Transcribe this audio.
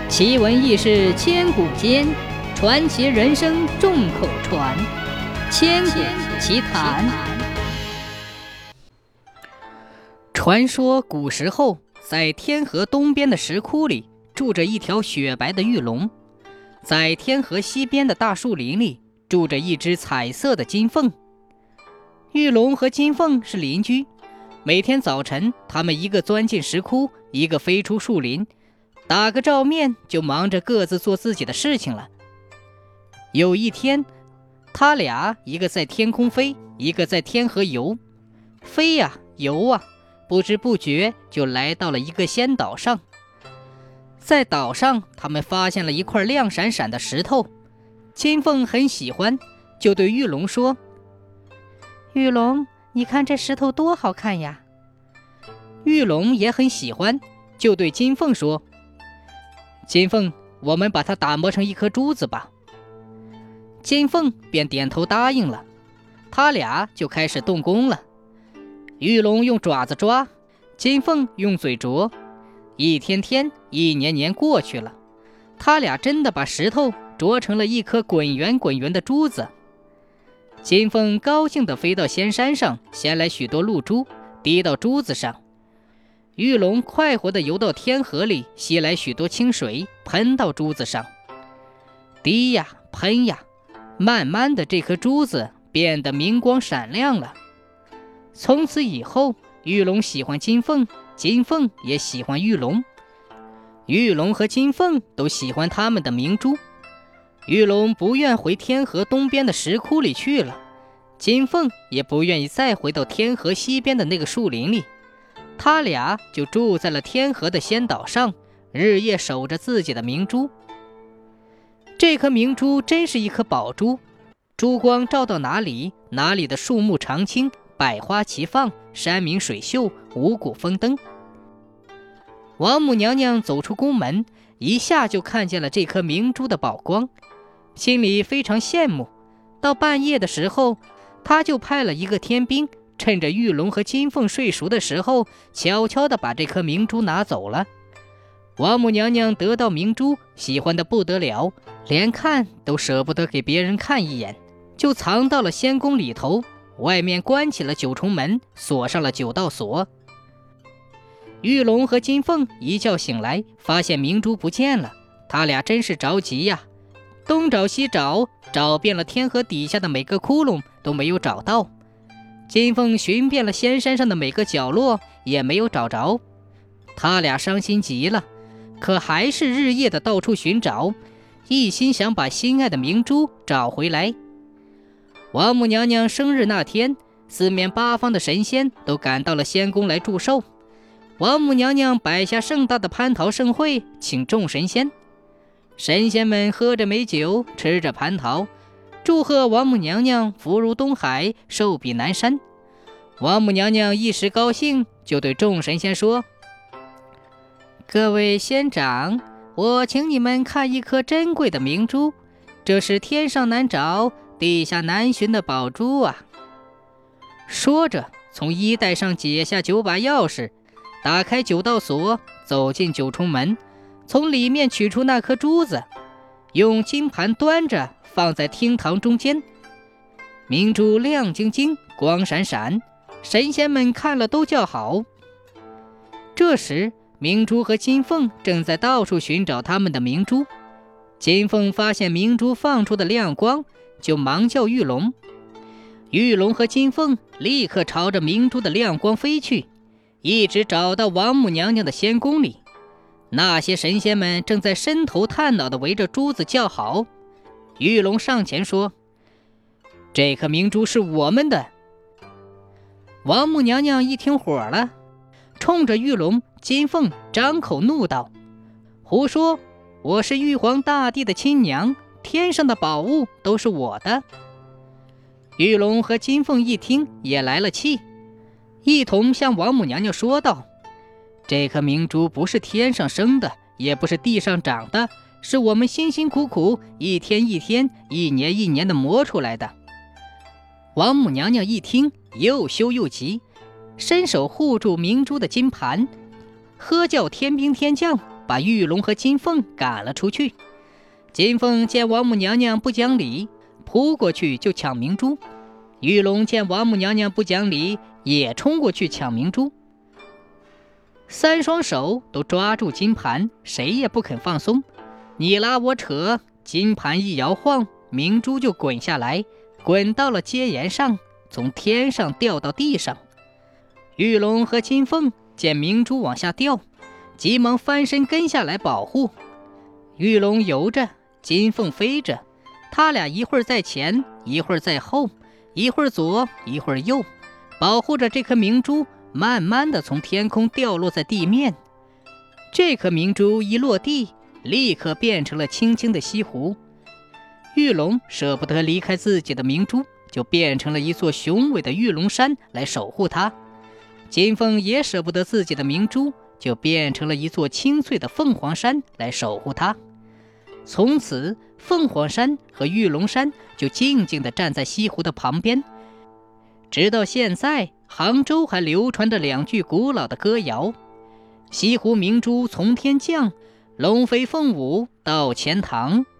奇闻异事千古间，传奇人生众口传。千古奇谈。传说古时候，在天河东边的石窟里住着一条雪白的玉龙，在天河西边的大树林里住着一只彩色的金凤。玉龙和金凤是邻居，每天早晨，他们一个钻进石窟，一个飞出树林，打个照面就忙着各自做自己的事情了。有一天，他俩一个在天空飞，一个在天河游，飞呀游啊，不知不觉就来到了一个仙岛上。在岛上，他们发现了一块亮闪闪的石头，金凤很喜欢，就对玉龙说：“玉龙，你看这石头多好看呀。”玉龙也很喜欢，就对金凤说：“金凤，我们把它打磨成一颗珠子吧。”金凤便点头答应了，他俩就开始动工了。玉龙用爪子抓，金凤用嘴啄，一天天，一年年过去了，他俩真的把石头啄成了一颗滚圆滚圆的珠子。金凤高兴地飞到仙山上，衔来许多露珠，滴到珠子上。玉龙快活地游到天河里，吸来许多清水，喷到珠子上，滴呀喷呀，慢慢的这颗珠子变得明光闪亮了。从此以后，玉龙喜欢金凤，金凤也喜欢玉龙，玉龙和金凤都喜欢他们的明珠。玉龙不愿回天河东边的石窟里去了，金凤也不愿意再回到天河西边的那个树林里，他俩就住在了天河的仙岛上，日夜守着自己的明珠。这颗明珠真是一颗宝珠，珠光照到哪里，哪里的树木常青，百花齐放，山明水秀，五谷丰登。王母娘娘走出宫门，一下就看见了这颗明珠的宝光，心里非常羡慕。到半夜的时候，她就派了一个天兵，趁着玉龙和金凤睡熟的时候，悄悄地把这颗明珠拿走了。王母娘娘得到明珠，喜欢得不得了，连看都舍不得给别人看一眼，就藏到了仙宫里头，外面关起了九重门，锁上了9道锁。玉龙和金凤一觉醒来，发现明珠不见了，他俩真是着急呀，东找西找，找遍了天河底下的每个窟窿都没有找到。金凤寻遍了仙山上的每个角落，也没有找着。他俩伤心极了，可还是日夜的到处寻找，一心想把心爱的明珠找回来。王母娘娘生日那天，四面八方的神仙都赶到了仙宫来祝寿。王母娘娘摆下盛大的蟠桃盛会，请众神仙。神仙们喝着美酒，吃着蟠桃，祝贺王母娘娘福如东海，寿比南山。王母娘娘一时高兴，就对众神仙说：“各位仙长，我请你们看一颗珍贵的明珠，这是天上难找，地下难寻的宝珠啊！”说着，从衣带上解下9把钥匙，打开9道锁，走进9重门，从里面取出那颗珠子，用金盘端着放在厅堂中间。明珠亮晶晶，光闪闪，神仙们看了都叫好。这时，明珠和金凤正在到处寻找他们的明珠。金凤发现明珠放出的亮光，就忙叫玉龙。玉龙和金凤立刻朝着明珠的亮光飞去，一直找到王母娘娘的仙宫里。那些神仙们正在伸头探脑地围着珠子叫好。玉龙上前说：“这颗明珠是我们的。”王母娘娘一听火了，冲着玉龙、金凤张口怒道：“胡说！我是玉皇大帝的亲娘，天上的宝物都是我的。”玉龙和金凤一听也来了气，一同向王母娘娘说道：“这颗明珠不是天上生的，也不是地上长的，是我们辛辛苦苦一天一天、一年一年的磨出来的。”王母娘娘一听又羞又急，伸手护住明珠的金盘，喝叫天兵天将把玉龙和金凤赶了出去。金凤见王母娘娘不讲理，扑过去就抢明珠。玉龙见王母娘娘不讲理，也冲过去抢明珠。三双手都抓住金盘，谁也不肯放松。你拉我扯，金盘一摇晃，明珠就滚下来，滚到了阶沿上，从天上掉到地上。玉龙和金凤见明珠往下掉，急忙翻身跟下来保护。玉龙游着，金凤飞着，他俩一会儿在前，一会儿在后，一会儿左，一会儿右，保护着这颗明珠慢慢地从天空掉落在地面。这颗明珠一落地，立刻变成了清清的西湖。玉龙舍不得离开自己的明珠，就变成了一座雄伟的玉龙山来守护它。金凤也舍不得自己的明珠，就变成了一座清脆的凤凰山来守护它。从此，凤凰山和玉龙山就静静地站在西湖的旁边。直到现在，杭州还流传着2句古老的歌谣：西湖明珠从天降，龙飞凤舞到钱塘。